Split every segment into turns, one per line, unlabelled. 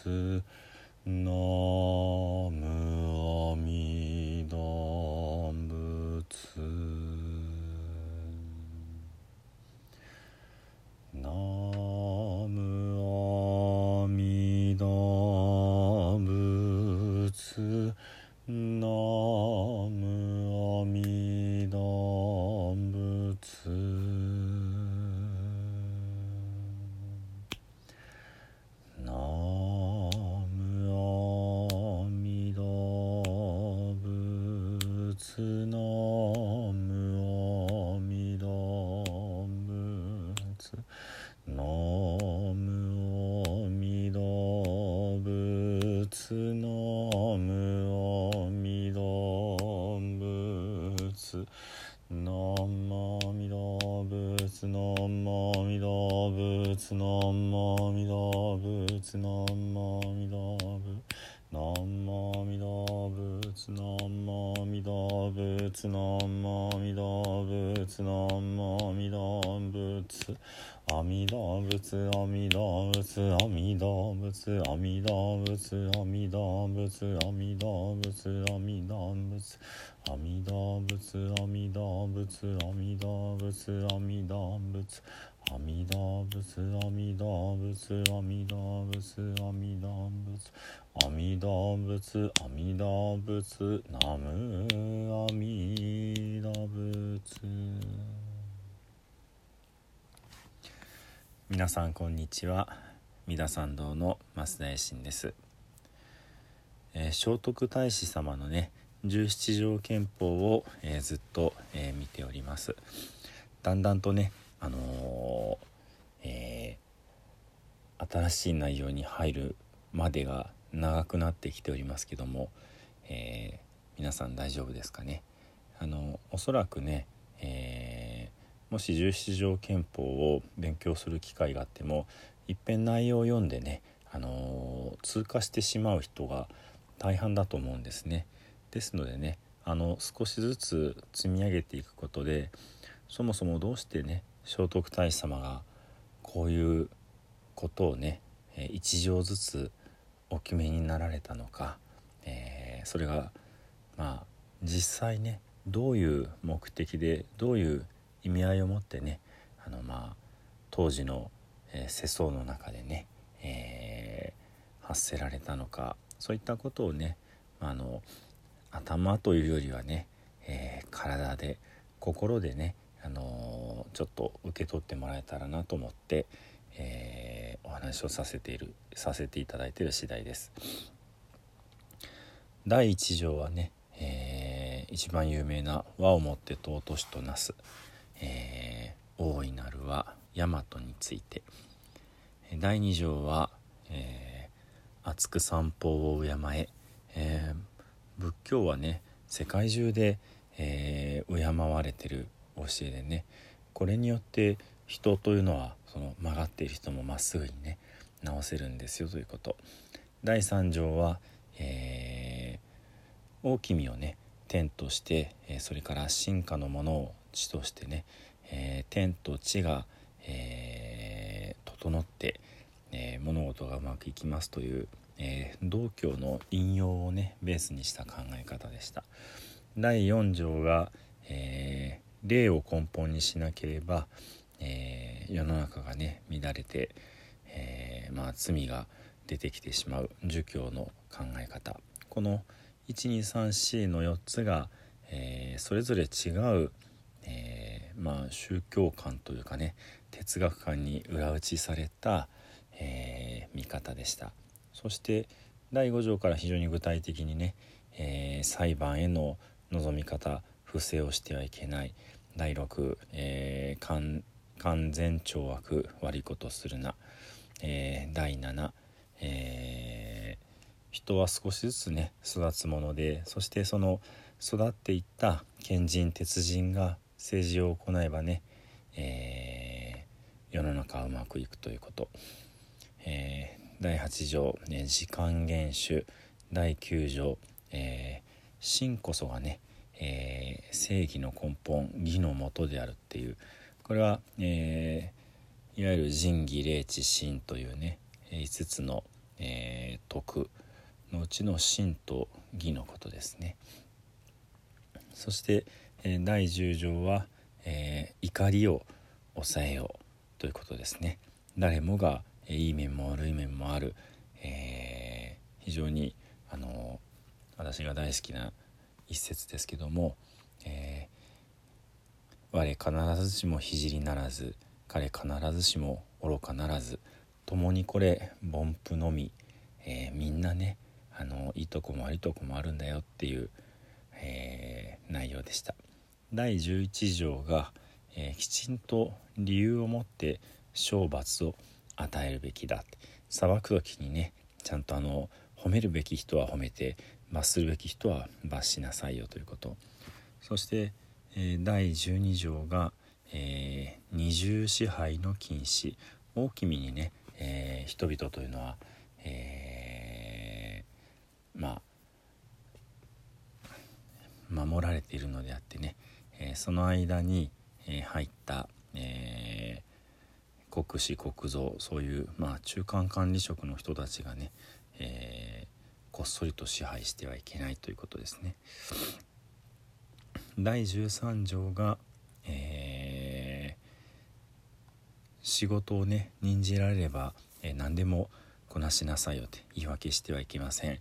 仏ナムアミダ仏ナムアミダ仏ナムアミダ仏ナムアミダ仏ナムアミダ仏ナムアミダ仏ナムアミダ仏ナムアミダ仏ナムアミダ仏ナムアミダ仏ナムアミダ仏ナムアミダ仏ナムアミダ仏ナムアミダ仏ナムアミダ仏阿弥陀仏阿弥陀仏阿弥陀仏阿弥陀仏阿弥陀仏阿弥陀仏阿弥陀仏阿弥陀仏阿弥陀仏阿弥陀仏阿弥陀仏阿弥陀仏阿弥陀仏阿弥陀仏阿弥陀仏阿弥陀仏阿弥陀仏ナムアミダ仏。皆さんこんにちは。三田参道の増田衛進です。聖徳太子様のね17条憲法を、ずっと、見ております。だんだんとね、新しい内容に入るまでが長くなってきておりますけども、皆さん大丈夫ですかね。おそらくね、もし17条憲法を勉強する機会があってもいっぺん内容を読んでね、通過してしまう人が大半だと思うんですね。ですのでね、少しずつ積み上げていくことで、そもそもどうしてね聖徳太子様がこういうことをね一条ずつお決めになられたのか、それが実際ねどういう目的でどういう意味合いを持ってね当時の、世相の中でね、発せられたのか、そういったことをね、頭というよりはね、体で心でね、ちょっと受け取ってもらえたらなと思って、お話をさせていただいている次第です。第一条はね、一番有名な和をもって尊しとなす、大いなるは大和について。第二条は、厚く三宝を敬え。仏教はね世界中で、敬われてる教えでね、これによって人というのはその曲がっている人もまっすぐにね直せるんですよということ。第三条は、大君をね天として、それから進化のものを地としてね、天と地が、整って、物事がうまくいきますという、道教の引用をねベースにした考え方でした。第4条が、礼を根本にしなければ、世の中がね乱れて、罪が出てきてしまう儒教の考え方。この 1,2,3,4 の4つが、それぞれ違う、宗教観というかね哲学観に裏打ちされた、見方でした。そして第5条から非常に具体的にね、裁判への臨み方、不正をしてはいけない。第6、完全懲悪悪いことするな。第7、人は少しずつね育つもので、そしてその育っていった賢人哲人が政治を行えばね、世の中はうまくいくということ。第8条、時間厳守。第9条、真こそがね、正義の根本、義の元であるっていう、これは、いわゆる仁義礼智信というね5つの、 徳のうちの信と義のことですね。そして、第10条は、怒りを抑えようということですね。誰もが、いい面も悪い面もある、非常に私が大好きな一節ですけども、我必ずしも聖ならず、彼必ずしも愚かならず、共にこれ凡夫のみ、みんなねいいとこも悪いとこもあるんだよっていう、内容でした。第11条が、きちんと理由を持って懲罰を与えるべきだ。裁く時にねちゃんと褒めるべき人は褒めて罰するべき人は罰しなさいよということ。そして、第12条が、二重支配の禁止。大きにね、人々というのは、守られているのであってね、その間に、入った、国士国蔵、そういう、中間管理職の人たちがね、こっそりと支配してはいけないということですね。第13条が、仕事をね任じられれば、何でもこなしなさいよって言い訳してはいけません。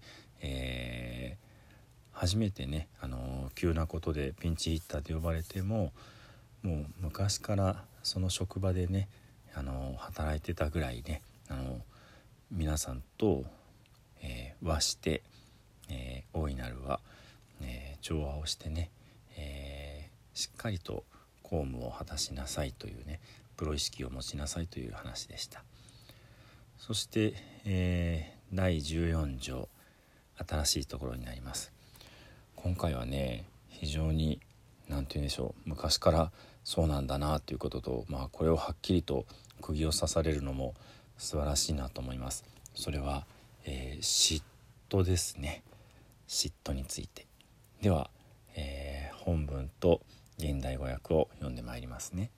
初めてね、急なことでピンチヒッターで呼ばれても、もう昔からその職場でね働いてたぐらいね皆さんと、和して、大いなるは、調和をしてね、しっかりと公務を果たしなさいというねプロ意識を持ちなさいという話でした。そして、第14条、新しいところになります。今回はね非常に何て言うんでしょう、昔からそうなんだなということと、これをはっきりと釘を刺されるのも素晴らしいなと思います。それは、嫉妬ですね。嫉妬についてでは、本文と現代語訳を読んでまいりますね。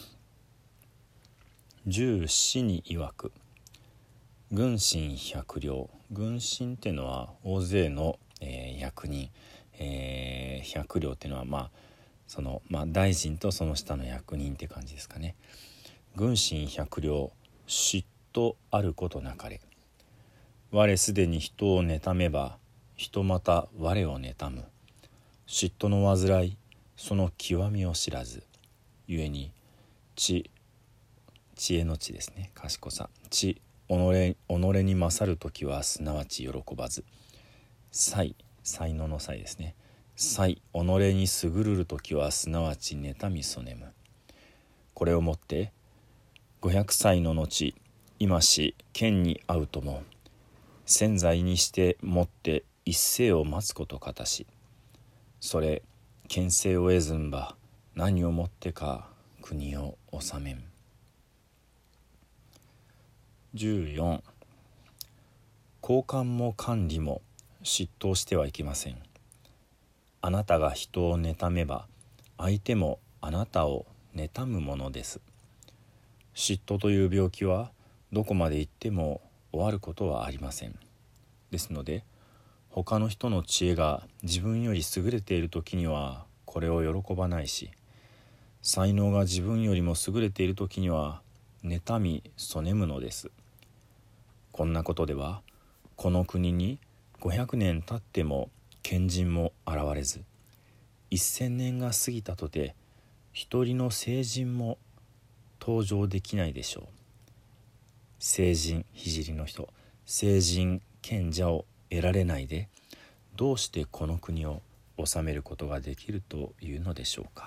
十四に曰く、軍神百両。軍神っていうのは大勢の、役人、百両っていうのは大臣とその下の役人って感じですかね。軍神百両、嫉妬あることなかれ。我すでに人を妬めば、人また我を妬む。嫉妬の煩い、その極みを知らず。ゆえに知恵の知ですね、賢さ。己に勝るときはすなわち喜ばず。才能の才ですね。己に優るるときはすなわち妬みそねむ。これをもって500歳の後、今し剣に会うとも潜在にしてもって一世を待つことかたし、それ権勢を得ずんば何をもってか国を治めん。14、交換も管理も嫉妬してはいけません。あなたが人を妬めば相手もあなたを妬むものです。嫉妬という病気はどこまで行っても終わることはありません。ですので他の人の知恵が自分より優れている時にはこれを喜ばないし、才能が自分よりも優れている時には妬みそねむのです。こんなことではこの国に500年経っても賢人も現れず、1000年が過ぎたとて一人の聖人も登場できないでしょう。聖人、聖の人、聖人賢者を得られないでどうしてこの国を治めることができるというのでしょうか。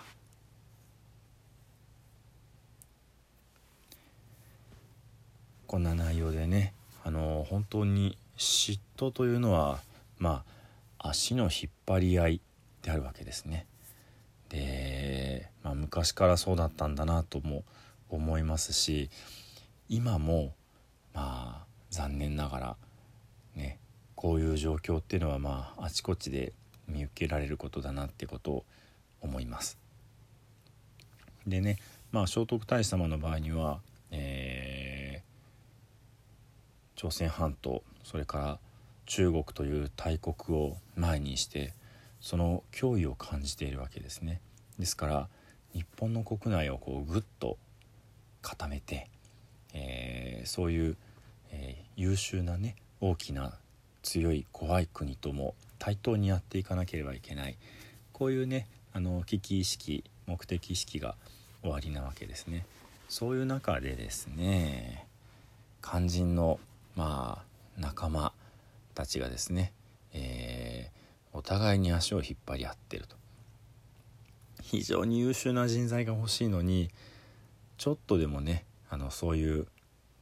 こんな内容でね、本当に嫉妬というのは足の引っ張り合いであるわけですね。で、昔からそうだったんだなとも思いますし、今も残念ながらねこういう状況っていうのはあちこちで見受けられることだなってことを思います。でね、聖徳太子様の場合には、 朝鮮半島、それから中国という大国を前にしてその脅威を感じているわけですね。ですから日本の国内をぐっと固めて、そういう、優秀なね、大きな強い怖い国とも対等にやっていかなければいけない、こういうね危機意識、目的意識が終わりなわけですね。そういう中でですね、肝心の仲間たちがですね、お互いに足を引っ張り合ってると。非常に優秀な人材が欲しいのに、ちょっとでもねそういう、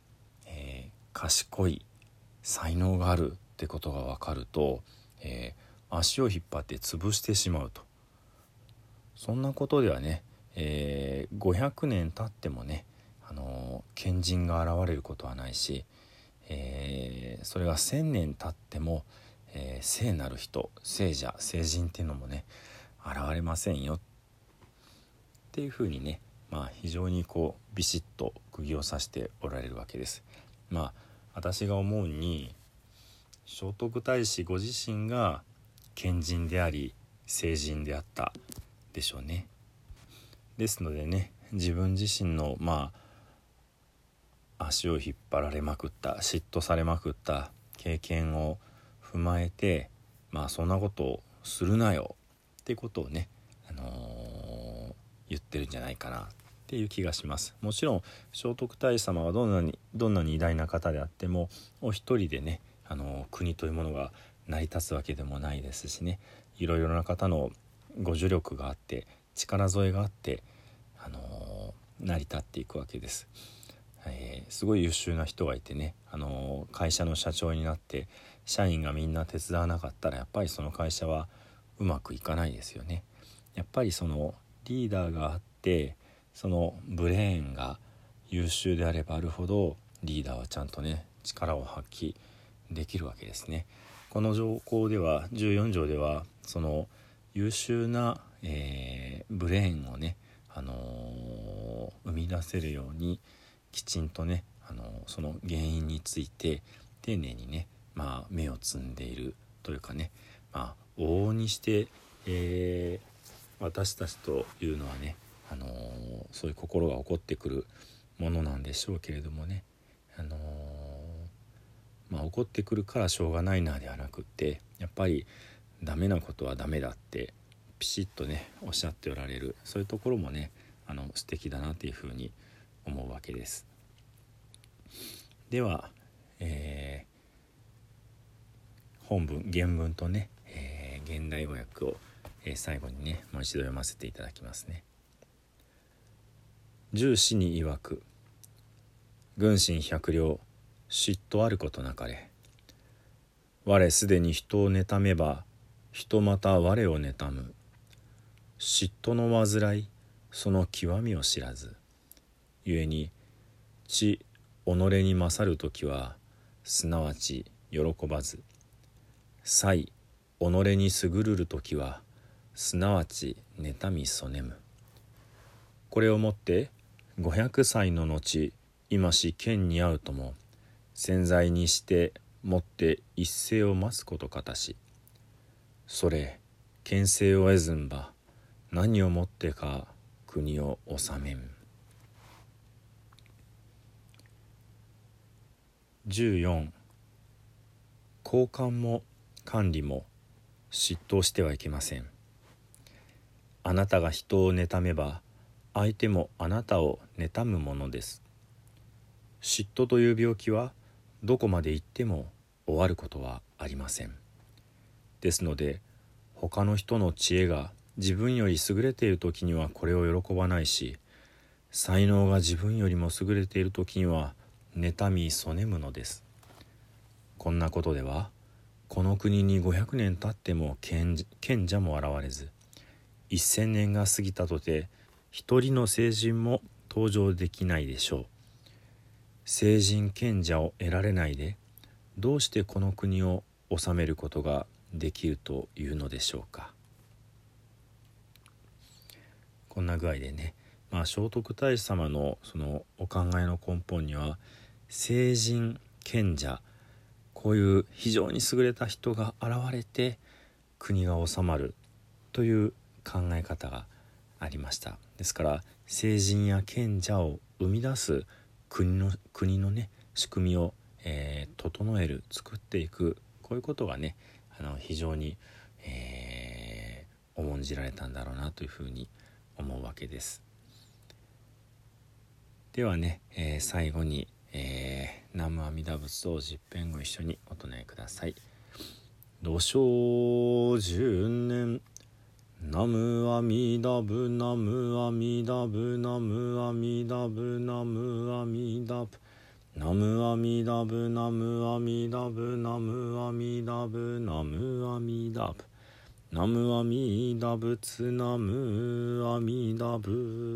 賢い才能があるってことが分かると、足を引っ張って潰してしまうと。そんなことではね、500年経ってもね賢人が現れることはないし、それが1000年経っても、聖なる人、聖者、聖人っていうのもね現れませんよっていうふうにね、非常にビシッと釘を刺しておられるわけです。私が思うに聖徳太子ご自身が賢人であり聖人であったでしょうね。ですのでね、自分自身の足を引っ張られまくった、嫉妬されまくった経験を踏まえて、そんなことをするなよっていうことをね、言ってるんじゃないかなっていう気がします。もちろん聖徳太子様はどんなに偉大な方であってもお一人でね国というものが成り立つわけでもないですしね、いろいろな方のご助力があって力添えがあって、成り立っていくわけです。すごい優秀な人がいてね、会社の社長になって社員がみんな手伝わなかったらやっぱりその会社はうまくいかないですよね。やっぱりそのリーダーがあって、そのブレーンが優秀であればあるほどリーダーはちゃんとね力を発揮できるわけですね。この条項では14条ではその優秀な、ブレーンをね、生み出せるようにきちんとねその原因について丁寧にね、目を摘んでいるというかね、往々にして、私たちというのはね、そういう心が起こってくるものなんでしょうけれどもね、起こってくるからしょうがないなではなくって、やっぱりダメなことはダメだってピシッとねおっしゃっておられる、そういうところもね素敵だなというふうに思うわけです。では、本文原文とね、現代語訳を、最後にねもう一度読ませていただきますね。十四に曰く、軍神百両嫉妬あることなかれ。我すでに人を妬めば人また我を妬む。嫉妬の患いその極みを知らず。故に己に勝るときはすなわち喜ばず、才己に優るるときはすなわち妬みそねむ。これをもって500歳の後今し剣に遭うとも潜在にしてもって一世を待つことかたし、それ権勢を得ずんば何をもってか国を治めん。14、交換も管理も嫉妬してはいけません。あなたが人を妬めば相手もあなたを妬むものです。嫉妬という病気はどこまで行っても終わることはありません。ですので他の人の知恵が自分より優れている時にはこれを喜ばないし、才能が自分よりも優れている時には妬みそねむのです。こんなことではこの国に500年経っても賢者も現れず、1000年が過ぎたとて一人の聖人も登場できないでしょう。聖人賢者を得られないでどうしてこの国を治めることができるというのでしょうか。こんな具合でね、聖徳太子様のそのお考えの根本には聖人賢者、こういう非常に優れた人が現れて国が治まるという考え方がありました。ですから聖人や賢者を生み出す国のね仕組みを、整える、作っていく、こういうことがね非常に、重んじられたんだろうなというふうに思うわけです。ではね、最後に、南無阿弥陀仏を十遍ご一緒にお唱えください。土生十年南無阿弥陀仏南無阿弥陀仏南無阿弥陀仏南無阿弥陀仏南無阿弥陀仏南無阿弥陀仏南無阿弥陀仏南無阿弥陀仏南無阿弥陀仏南無阿弥陀仏。